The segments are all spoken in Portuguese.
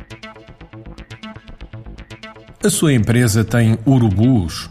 A sua empresa tem urubus?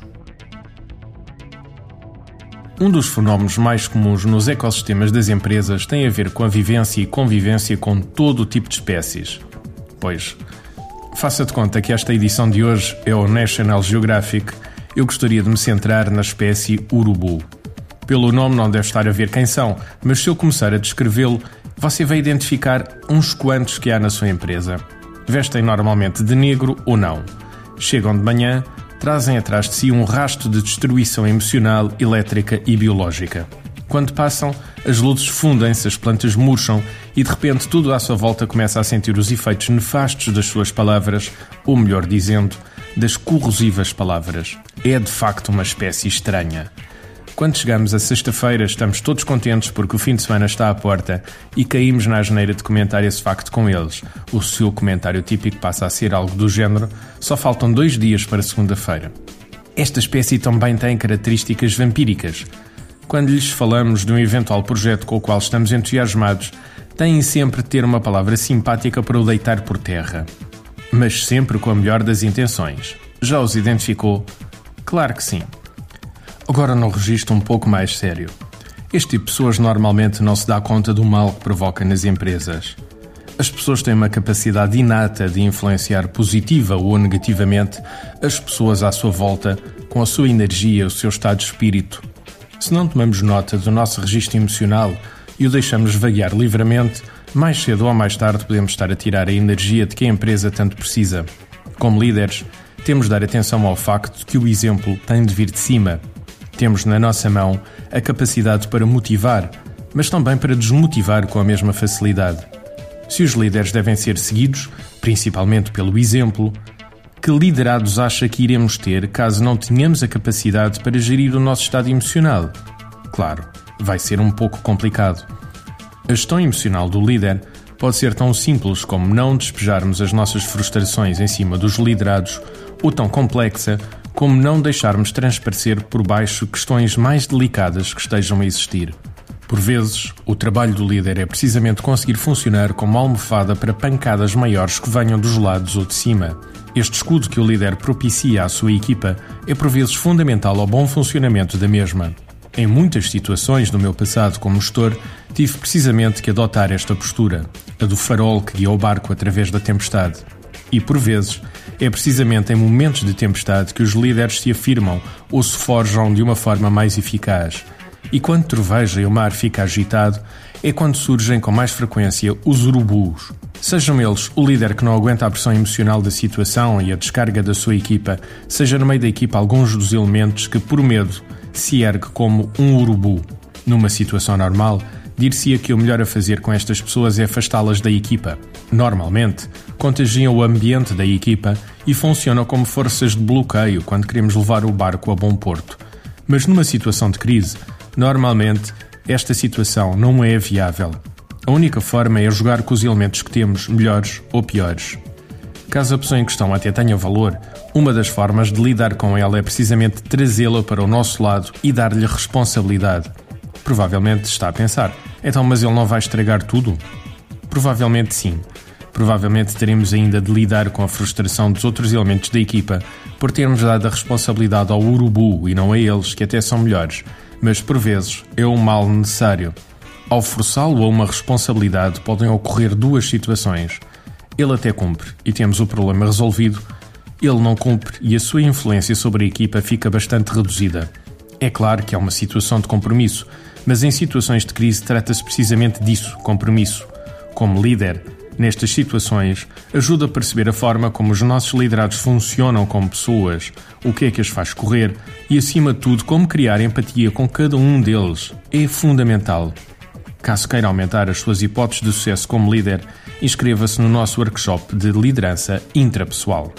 Um dos fenómenos mais comuns nos ecossistemas das empresas tem a ver com a vivência e convivência com todo o tipo de espécies. Pois, faça de conta que esta edição de hoje é o National Geographic. Eu gostaria de me centrar na espécie urubu. Pelo nome não deve estar a ver quem são, mas se eu começar a descrevê-lo, você vai identificar uns quantos que há na sua empresa. Vestem normalmente de negro ou não. Chegam de manhã, trazem atrás de si um rastro de destruição emocional, elétrica e biológica. Quando passam, as luzes fundem-se, as plantas murcham e de repente tudo à sua volta começa a sentir os efeitos nefastos das suas palavras, ou melhor dizendo, das corrosivas palavras. É de facto uma espécie estranha. Quando chegamos a sexta-feira, estamos todos contentes porque o fim de semana está à porta e caímos na asneira de comentar esse facto com eles. O seu comentário típico passa a ser algo do género: só faltam 2 dias para segunda-feira. Esta espécie também tem características vampíricas. Quando lhes falamos de um eventual projeto com o qual estamos entusiasmados, têm sempre de ter uma palavra simpática para o deitar por terra. Mas sempre com a melhor das intenções. Já os identificou? Claro que sim. Agora num registro um pouco mais sério. Este tipo de pessoas normalmente não se dá conta do mal que provoca nas empresas. As pessoas têm uma capacidade inata de influenciar positiva ou negativamente as pessoas à sua volta com a sua energia, o seu estado de espírito. Se não tomamos nota do nosso registro emocional e o deixamos vaguear livremente, mais cedo ou mais tarde podemos estar a tirar a energia de que a empresa tanto precisa. Como líderes, temos de dar atenção ao facto de que o exemplo tem de vir de cima. Temos na nossa mão a capacidade para motivar, mas também para desmotivar com a mesma facilidade. Se os líderes devem ser seguidos, principalmente pelo exemplo, que liderados acha que iremos ter caso não tenhamos a capacidade para gerir o nosso estado emocional? Claro, vai ser um pouco complicado. A gestão emocional do líder pode ser tão simples como não despejarmos as nossas frustrações em cima dos liderados, ou tão complexa como não deixarmos transparecer por baixo questões mais delicadas que estejam a existir. Por vezes, o trabalho do líder é precisamente conseguir funcionar como almofada para pancadas maiores que venham dos lados ou de cima. Este escudo que o líder propicia à sua equipa é por vezes fundamental ao bom funcionamento da mesma. Em muitas situações do meu passado como gestor, tive precisamente que adotar esta postura, a do farol que guia o barco através da tempestade. E, por vezes, é precisamente em momentos de tempestade que os líderes se afirmam ou se forjam de uma forma mais eficaz. E quando troveja e o mar fica agitado, é quando surgem com mais frequência os urubus. Sejam eles o líder que não aguenta a pressão emocional da situação e a descarga da sua equipa, seja no meio da equipa alguns dos elementos que, por medo, se ergue como um urubu. Numa situação normal, dir-se-ia que o melhor a fazer com estas pessoas é afastá-las da equipa. Normalmente, contagiam o ambiente da equipa e funcionam como forças de bloqueio quando queremos levar o barco a bom porto. Mas numa situação de crise, normalmente, esta situação não é viável. A única forma é jogar com os elementos que temos, melhores ou piores. Caso a pessoa em questão até tenha valor, uma das formas de lidar com ela é precisamente trazê-la para o nosso lado e dar-lhe responsabilidade. Provavelmente está a pensar: então, mas ele não vai estragar tudo? Provavelmente sim. Provavelmente teremos ainda de lidar com a frustração dos outros elementos da equipa por termos dado a responsabilidade ao urubu e não a eles, que até são melhores. Mas, por vezes, é um mal necessário. Ao forçá-lo a uma responsabilidade, podem ocorrer 2 situações. Ele até cumpre e temos o problema resolvido. Ele não cumpre e a sua influência sobre a equipa fica bastante reduzida. É claro que é uma situação de compromisso, mas em situações de crise trata-se precisamente disso, compromisso. Como líder, nestas situações, ajuda a perceber a forma como os nossos liderados funcionam como pessoas, o que é que as faz correr e, acima de tudo, como criar empatia com cada um deles. É fundamental. Caso queira aumentar as suas hipóteses de sucesso como líder, inscreva-se no nosso workshop de liderança intrapessoal.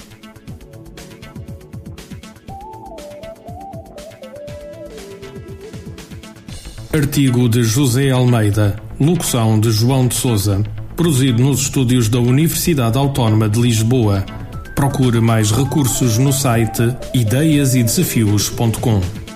Artigo de José Almeida, locução de João de Sousa, produzido nos estúdios da Universidade Autónoma de Lisboa. Procure mais recursos no site ideiasedesafios.com.